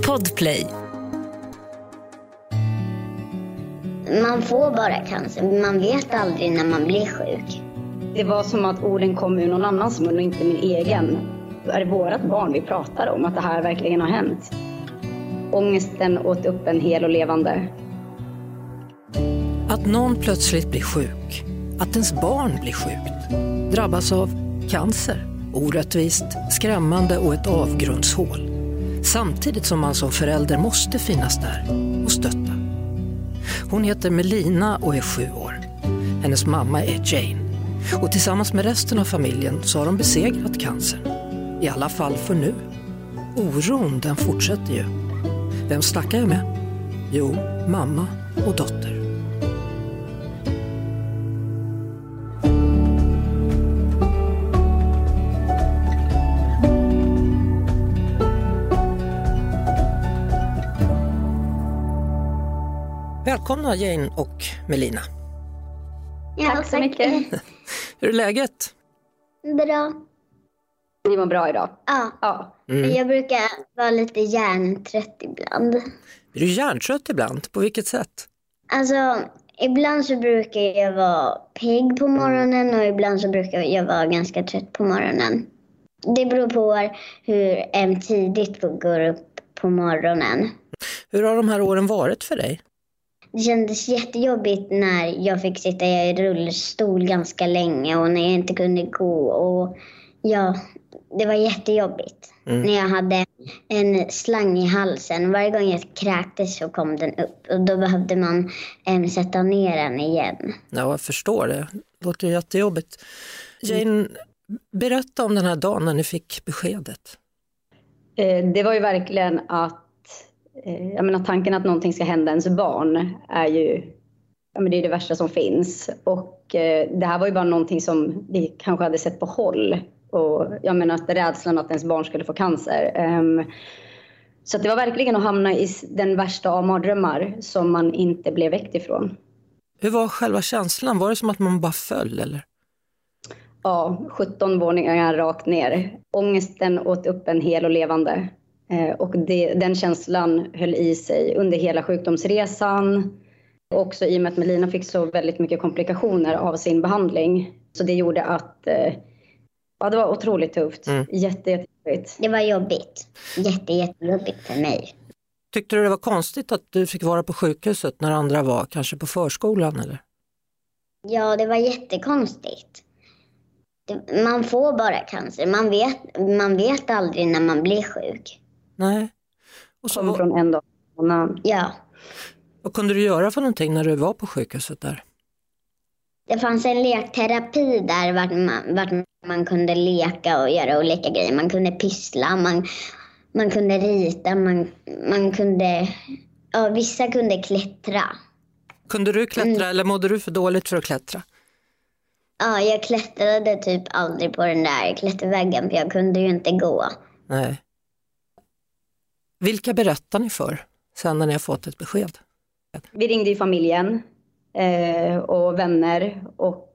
Podplay. Man får bara cancer, man vet aldrig när man blir sjuk. Det var som att orden kom ur någon annans mun och inte min egen. Är det vårat barn vi pratar om, att det här verkligen har hänt? Ångesten åt upp en hel och levande. Att någon plötsligt blir sjuk, att ens barn blir sjukt, drabbas av cancer. Orättvist, skrämmande och ett avgrundshål. Samtidigt som man som förälder måste finnas där och stötta. Hon heter Melina och är 7 år. Hennes mamma är Jane. Och tillsammans med resten av familjen så har de besegrat cancern. I alla fall för nu. Oron, den fortsätter ju. Vem snackar jag med? Jo, mamma och dotter. Välkomna Jane och Melina. Ja, Tack så mycket. Hur är läget? Bra. Ni var bra idag? Ja. Jag brukar vara lite hjärntrött ibland. Är du hjärntrött ibland? På vilket sätt? Alltså, ibland så brukar jag vara pigg på morgonen och ibland så brukar jag vara ganska trött på morgonen. Det beror på hur tidigt vi går upp på morgonen. Hur har de här åren varit för dig? Det kändes jättejobbigt när jag fick sitta i rullstol ganska länge och när jag inte kunde gå. Och ja, det var jättejobbigt. När jag hade en slang i halsen. Varje gång jag kräktes så kom den upp. Och då behövde man sätta ner den igen. Ja, jag förstår det. Det låter jättejobbigt. Jane, berätta om den här dagen när ni fick beskedet. Det var ju verkligen att tanken att någonting ska hända ens barn är ju det är det värsta som finns. Och det här var ju bara någonting som vi kanske hade sett på håll. Och jag menar att rädslan att ens barn skulle få cancer. Så det var verkligen att hamna i den värsta av mardrömmar som man inte blev väckt ifrån. Hur var själva känslan? Var det som att man bara föll eller? Ja, 17 våningar rakt ner. Ångesten åt upp en hel och levande. Och den känslan höll i sig under hela sjukdomsresan. Också i och med att Melina fick så väldigt mycket komplikationer av sin behandling. Så det gjorde att det var otroligt tufft. Jättejobbigt. Det var jobbigt. Jättejobbigt för mig. Tyckte du det var konstigt att du fick vara på sjukhuset när andra var kanske på förskolan eller? Ja, det var jättekonstigt. Man får bara cancer. Man vet aldrig när man blir sjuk. Nej. Och så kom från en dag till en annan. Ja. Vad kunde du göra för någonting när du var på sjukhuset där? Det fanns en lekterapi där vart man kunde leka och göra olika grejer. Man kunde pyssla, man kunde rita, man kunde... Ja, vissa kunde klättra. Kunde du klättra eller mådde du för dåligt för att klättra? Ja, jag klättrade typ aldrig på den där klätterväggen för jag kunde ju inte gå. Nej. Vilka berättar ni för sen när ni har fått ett besked? Vi ringde i familjen och vänner och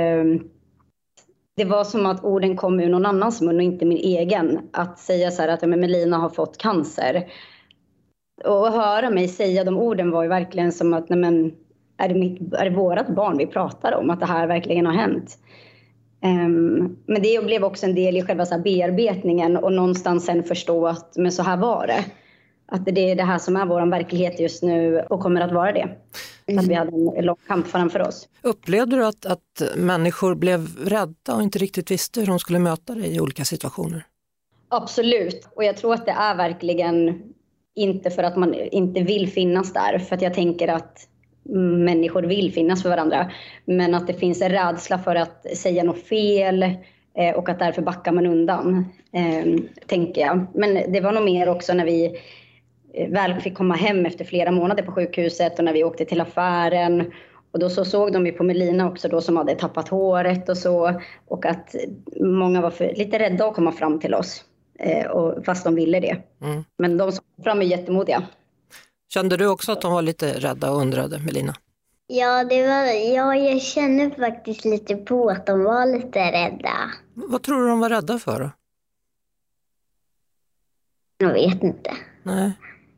det var som att orden kom ur någon annans mun och inte min egen. Att säga så här att Melina har fått cancer. Och att höra mig säga de orden var ju verkligen som att är det vårat barn vi pratar om, att det här verkligen har hänt. Men det blev också en del i själva så här bearbetningen och någonstans sen förstå att men så här var det. Att det är det här som är vår verklighet just nu och kommer att vara det. Att vi hade en lång kamp framför oss. Upplevde du att människor blev rädda och inte riktigt visste hur de skulle möta dig i olika situationer? Absolut. Och jag tror att det är verkligen inte för att man inte vill finnas där. För att jag tänker att människor vill finnas för varandra. Men att det finns en rädsla för att säga något fel och att därför backar man undan, tänker jag. Men det var nog mer också när vi väl fick komma hem efter flera månader på sjukhuset och när vi åkte till affären. Och då så såg de ju på Melina också då som hade tappat håret och så. Och att många var lite rädda att komma fram till oss. Fast de ville det. Men de som kom fram är jättemodiga. Kände du också att de var lite rädda och undrade, Melina? Ja, jag känner faktiskt lite på att de var lite rädda. Vad tror du de var rädda för då? Jag vet inte. Nej.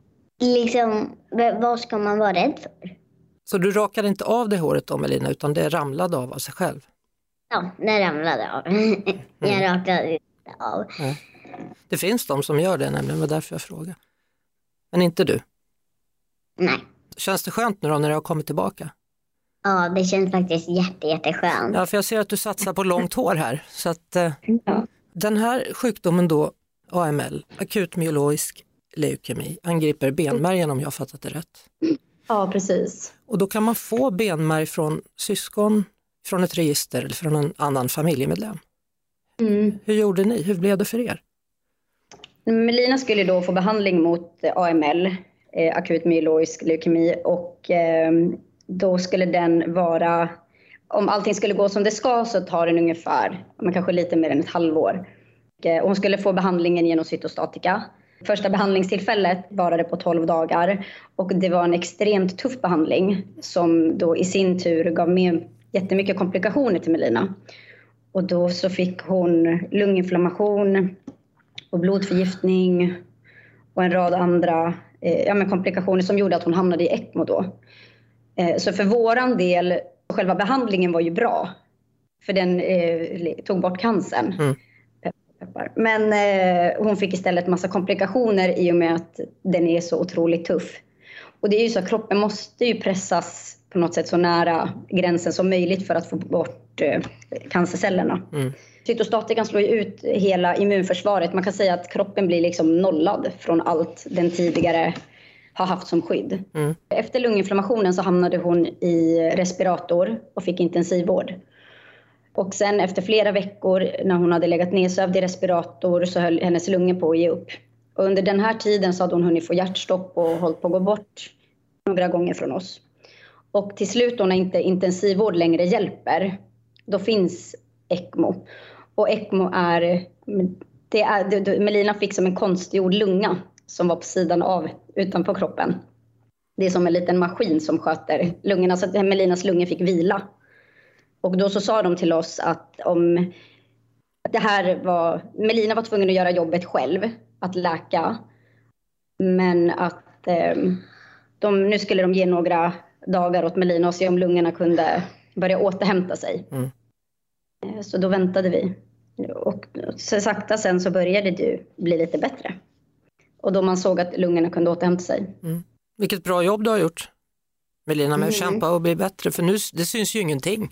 liksom, vad ska man vara rädd för? Så du rakade inte av det håret då, Melina, utan det ramlade av sig själv? Ja, det ramlade av. Jag rakade inte av. Nej. Det finns de som gör det nämligen, det var därför jag frågar. Men inte du? Nej. Känns det skönt nu då när du har kommit tillbaka? Ja, det känns faktiskt jätteskönt. Ja, för jag ser att du satsar på långt hår här. Så att, den här sjukdomen då, AML, akut myeloisk leukemi, angriper benmärgen om jag har fattat det rätt. Ja, precis. Och då kan man få benmärg från syskon, från ett register eller från en annan familjemedlem. Hur gjorde ni? Hur blev det för er? Melina skulle då få behandling mot AML, akut myeloisk leukemi, och då skulle den vara, om allting skulle gå som det ska så tar den ungefär, men kanske lite mer än ett halvår. Och hon skulle få behandlingen genom cytostatika. Första behandlingstillfället varade på 12 dagar och det var en extremt tuff behandling som då i sin tur gav med jättemycket komplikationer till Melina. Och då så fick hon lunginflammation och blodförgiftning och en rad andra komplikationer som gjorde att hon hamnade i ECMO då. Så för våran del, själva behandlingen var ju bra. För den tog bort cancern. Men hon fick istället massa komplikationer i och med att den är så otroligt tuff. Och det är ju så att kroppen måste ju pressas på något sätt så nära gränsen som möjligt för att få bort cancercellerna. Cytostatikan slår ju ut hela immunförsvaret. Man kan säga att kroppen blir liksom nollad från allt den tidigare har haft som skydd. Efter lunginflammationen så hamnade hon i respirator och fick intensivvård. Och sen efter flera veckor när hon hade legat nedsövd i respirator så höll hennes lungor på att ge upp. Och under den här tiden så hade hon hunnit få hjärtstopp och hållit på att gå bort några gånger från oss. Och till slut då när inte intensivvård längre hjälper, då finns ECMO. Och ECMO Melina fick som en konstgjord lunga som var på sidan av utanpå kroppen. Det är som en liten maskin som sköter lungorna så att Melinas lungor fick vila. Och då så sa de till oss att om det här var, Melina var tvungen att göra jobbet själv, att läka. Men att nu skulle de ge några dagar åt Melina och se om lungorna kunde börja återhämta sig. Så då väntade vi. Och så sakta sen så började det bli lite bättre. Och då man såg att lungorna kunde återhämta sig. Vilket bra jobb du har gjort, Melina, med att kämpa och bli bättre. För nu, det syns ju ingenting.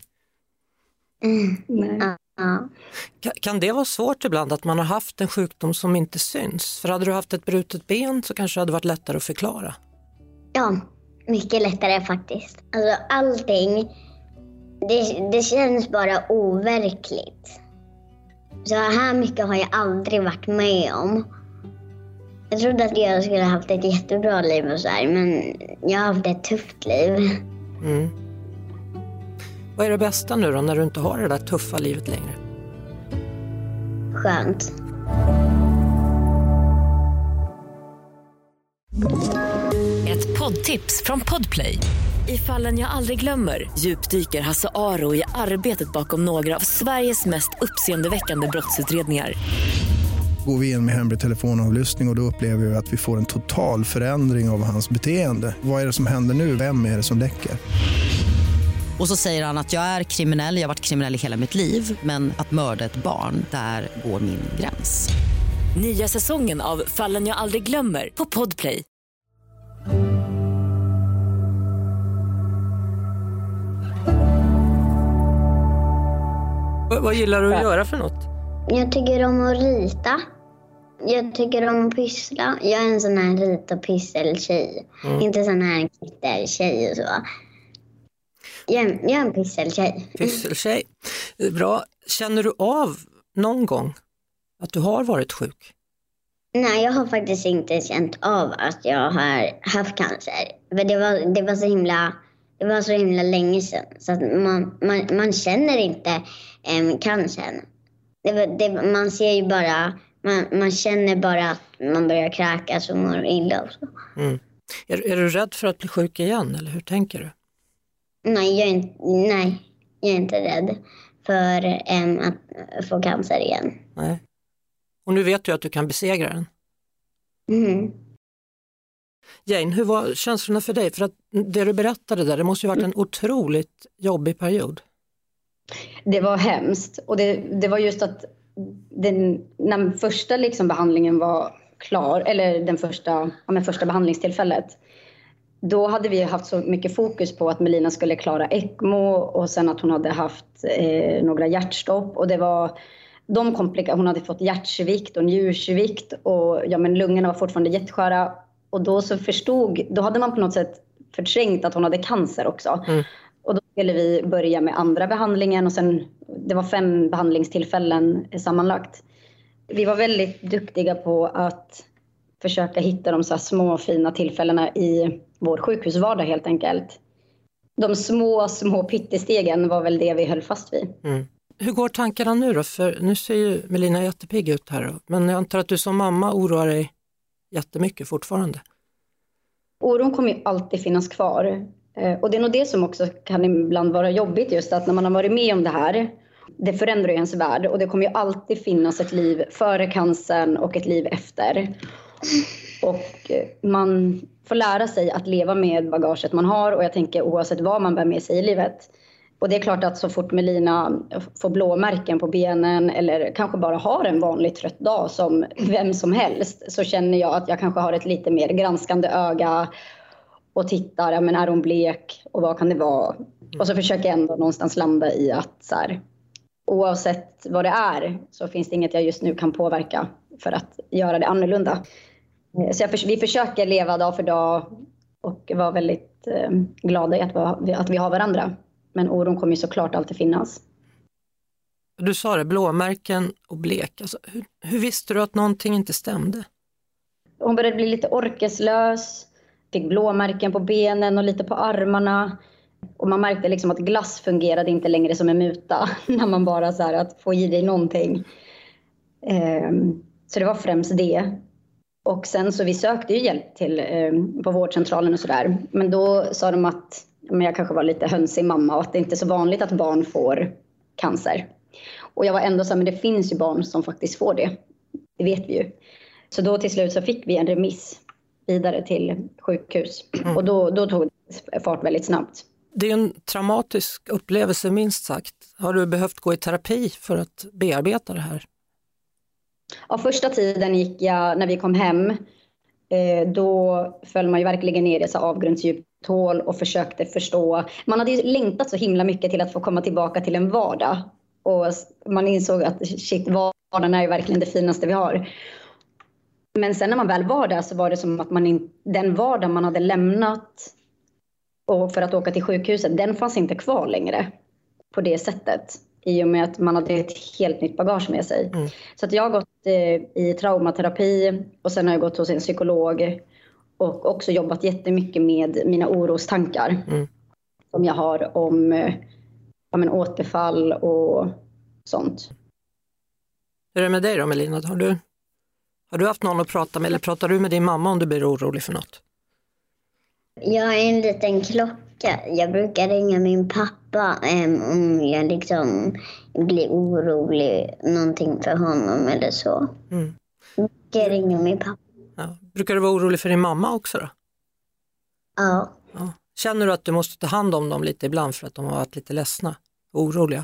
Kan det vara svårt ibland att man har haft en sjukdom som inte syns? För hade du haft ett brutet ben så kanske det hade varit lättare att förklara. Ja, mycket lättare faktiskt. Alltså allting, det känns bara overkligt. Så här mycket har jag aldrig varit med om. Jag trodde att jag skulle ha haft ett jättebra liv och så här, men jag har haft ett tufft liv. Vad är det bästa nu då när du inte har det där tuffa livet längre? Skönt. Ett poddtips från Podplay. I Fallen jag aldrig glömmer djupdyker Hasse Aro i arbetet bakom några av Sveriges mest uppseendeväckande brottsutredningar. Går vi in med hemlig telefonavlyssning och då upplever vi att vi får en total förändring av hans beteende. Vad är det som händer nu? Vem är det som läcker? Och så säger han att jag är kriminell, jag har varit kriminell i hela mitt liv. Men att mörda ett barn, där går min gräns. Nya säsongen av Fallen jag aldrig glömmer på Podplay. Vad gillar du att göra för något? Jag tycker om att rita. Jag tycker om att pyssla. Jag är en sån här rita- och pysseltjej. Inte sån här kitteltjej och så. Jag är en pysseltjej. Pysseltjej. Bra. Känner du av någon gång att du har varit sjuk? Nej, jag har faktiskt inte känt av att jag har haft cancer. För det var så himla länge sedan. Så att man känner inte cancern. Man ser ju bara, man känner bara att man börjar kräkas och mår illa och så. Är du rädd för att bli sjuk igen eller hur tänker du? Nej, jag är inte rädd för att få cancer igen. Nej. Och nu vet du att du kan besegra den. Jane, hur var känslorna för dig? För att det du berättade där, det måste ju varit en otroligt jobbig period. Det var hemskt. Och det var just att när första liksom behandlingen var klar, eller den första behandlingstillfället, då hade vi haft så mycket fokus på att Melina skulle klara ECMO och sen att hon hade haft några hjärtstopp. Och det var hon hade fått hjärtsvikt och njursvikt och lungorna var fortfarande jättesköra. Och då då hade man på något sätt förträngt att hon hade cancer också. Och då skulle vi börja med andra behandlingen och sen, det var 5 behandlingstillfällen sammanlagt. Vi var väldigt duktiga på att försöka hitta de så här små fina tillfällena i vår sjukhusvardag helt enkelt. De små pyttestegen var väl det vi höll fast vid. Hur går tankarna nu då? För nu ser ju Melina jättepigg ut här. Men jag antar att du som mamma oroar dig jättemycket fortfarande. Oron kommer ju alltid finnas kvar. Och det är nog det som också kan ibland vara jobbigt, just att när man har varit med om det här, det förändrar ju ens värld. Och det kommer ju alltid finnas ett liv före cancern och ett liv efter. Och man får lära sig att leva med bagaget man har, och jag tänker oavsett vad man bär med sig i livet. Och det är klart att så fort Melina får blåmärken på benen eller kanske bara har en vanlig trött dag som vem som helst, så känner jag att jag kanske har ett lite mer granskande öga och tittar, men är hon blek och vad kan det vara? Och så försöker jag ändå någonstans landa i att så här, oavsett vad det är så finns det inget jag just nu kan påverka för att göra det annorlunda. Så vi försöker leva dag för dag och vara väldigt glada i att vi har varandra. Men oron kommer ju såklart alltid finnas. Du sa det, blåmärken och blek. Alltså, hur visste du att någonting inte stämde? Hon började bli lite orkeslös. Fick blåmärken på benen och lite på armarna. Och man märkte liksom att glass fungerade inte längre som en muta. När man bara så här att få i dig någonting. Så det var främst det. Och sen så vi sökte ju hjälp till på vårdcentralen och sådär. Men då sa de att jag kanske var lite hönsig mamma och att det inte är så vanligt att barn får cancer. Och jag var ändå så här, men det finns ju barn som faktiskt får det. Det vet vi ju. Så då till slut så fick vi en remiss vidare till sjukhus. Och då tog det fart väldigt snabbt. Det är en traumatisk upplevelse minst sagt. Har du behövt gå i terapi för att bearbeta det här? Ja, första tiden gick jag, när vi kom hem, då föll man ju verkligen ner i så avgrundsdjupt hål och försökte förstå. Man hade ju längtat så himla mycket till att få komma tillbaka till en vardag. Och man insåg att vardagen är ju verkligen det finaste vi har. Men sen när man väl var där så var det som att den vardag man hade lämnat och för att åka till sjukhuset, den fanns inte kvar längre på det sättet. I och med att man hade ett helt nytt bagage med sig. Så att jag har gått i traumaterapi och sen har jag gått hos en psykolog och också jobbat jättemycket med mina orostankar som jag har om återfall och sånt. Hur är det med dig då, Melina? Har du haft någon att prata med eller pratar du med din mamma om du blir orolig för något? Jag har en liten klocka. Jag brukar ringa min pappa om jag liksom blir orolig någonting för honom eller så. Jag brukar ringa min pappa. Ja. Brukar du vara orolig för din mamma också då? Ja. Känner du att du måste ta hand om dem lite ibland för att de har varit lite ledsna och oroliga?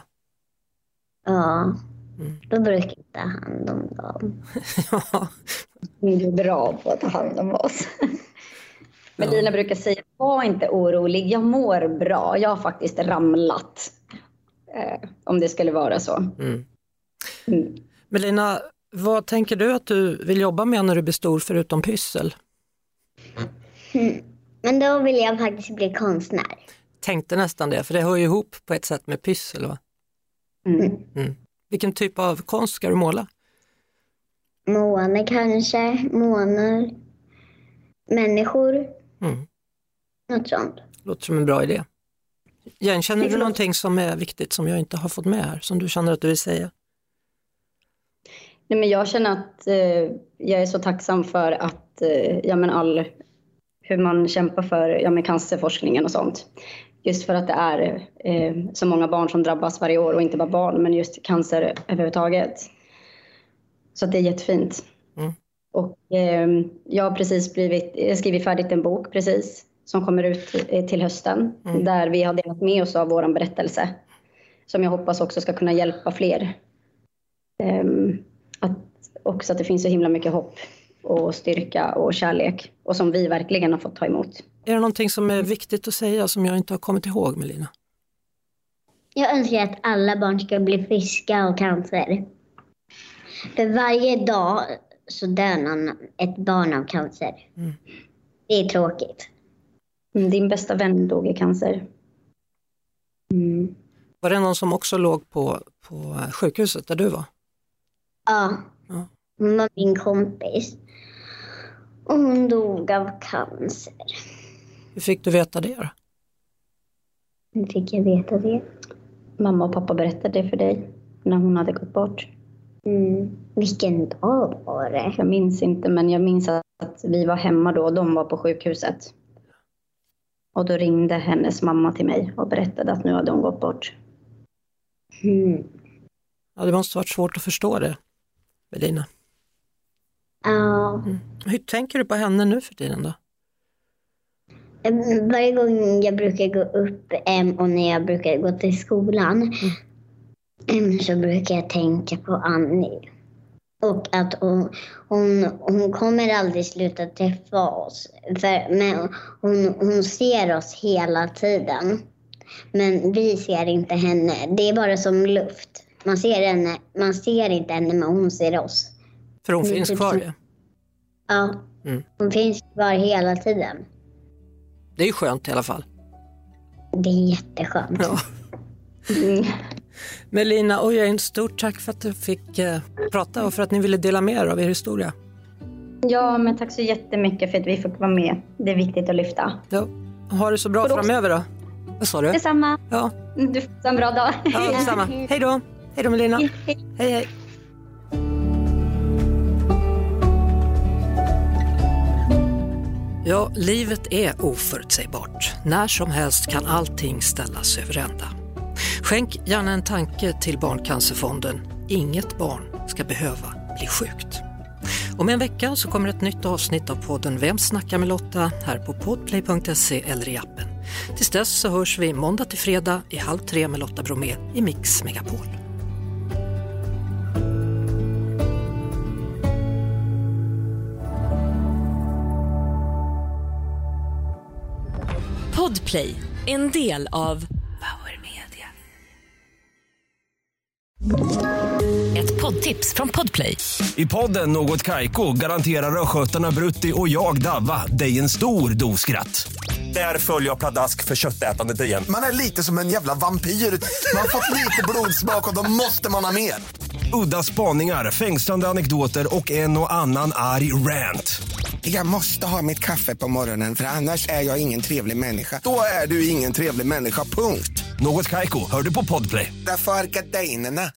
Ja. Då brukar jag ta hand om dem. Ja. Du är bra på att ta hand om oss. Men Lina brukar säga, var inte orolig, jag mår bra, jag har faktiskt ramlat. Om det skulle vara så. Melina, vad tänker du att du vill jobba med när du blir stor förutom pyssel? Men då vill jag faktiskt bli konstnär. Tänkte nästan det, för det hör ju ihop på ett sätt med pyssel, va? Vilken typ av konst ska du måla? Måne kanske, månar, människor, något sånt. Låter som en bra idé. Jane, känner du någonting som är viktigt som jag inte har fått med här, som du känner att du vill säga? Nej, men jag känner att jag är så tacksam för att hur man kämpar för cancerforskningen och sånt. Just för att det är så många barn som drabbas varje år och inte bara barn men just cancer överhuvudtaget. Så att det är jättefint. Och jag har precis skrivit färdigt en bok precis som kommer ut till hösten. Där vi har delat med oss av vår berättelse. Som jag hoppas också ska kunna hjälpa fler. Att det finns så himla mycket hopp och styrka och kärlek. Och som vi verkligen har fått ta emot. Är det någonting som är viktigt att säga som jag inte har kommit ihåg, Melina? Jag önskar att alla barn ska bli friska av cancer. För varje dag så dör ett barn av cancer. Det är tråkigt. Din bästa vän dog i cancer. Var det någon som också låg på sjukhuset där du var? Ja. Hon var min kompis. Och hon dog av cancer. Hur fick du veta det då? Hur fick jag veta det? Mamma och pappa berättade det för dig när hon hade gått bort. Vilken dag var det? Jag minns inte, men jag minns att vi var hemma då och de var på sjukhuset. Och då ringde hennes mamma till mig och berättade att nu hade hon gått bort. Ja, det måste varit svårt att förstå det, Melina. Ja. Hur tänker du på henne nu för tiden då? Varje gång jag brukar gå upp och när jag brukar gå till skolan så brukar jag tänka på Annie. Och att hon kommer aldrig sluta träffa oss. Men hon ser oss hela tiden. Men vi ser inte henne. Det är bara som luft. Man ser inte henne, men hon ser oss. För hon finns kvar, ja. Ja, hon finns kvar hela tiden. Det är ju skönt i alla fall. Det är jätteskönt. Ja. Melina och Jane, stort tack för att du fick prata och för att ni ville dela med er av er historia. Ja, men tack så jättemycket för att vi fick vara med. Det är viktigt att lyfta. Ja. Ha det så bra framöver då. Vad sa du? Detsamma. Ja. Du får en bra dag. Ja, detsamma. Hej då. Hej då, Melina. Hej. Ja, livet är oförutsägbart. När som helst kan allting ställas över ända. Skänk gärna en tanke till Barncancerfonden. Inget barn ska behöva bli sjukt. Om en vecka så kommer ett nytt avsnitt av podden Vem snackar med Lotta här på podplay.se eller i appen. Tills dess så hörs vi måndag till fredag 14:30 med Lotta Bromé i Mix Megapol. Podplay, en del av Power Media. Ett poddtips från Podplay. I podden Något Kaiko garanterar röskötarna Brutti och jag Davva dig en stor doskratt. Där följer jag pladask för köttätandet igen. Man är lite som en jävla vampyr. Man har fått lite blodsmak och då måste man ha mer. Udda spaningar, fängslande anekdoter och en och annan arg rant. Jag måste ha mitt kaffe på morgonen för annars är jag ingen trevlig människa. Då är du ingen trevlig människa, punkt. Något Kaiko, hör du på Podplay. Därför är gardinerna.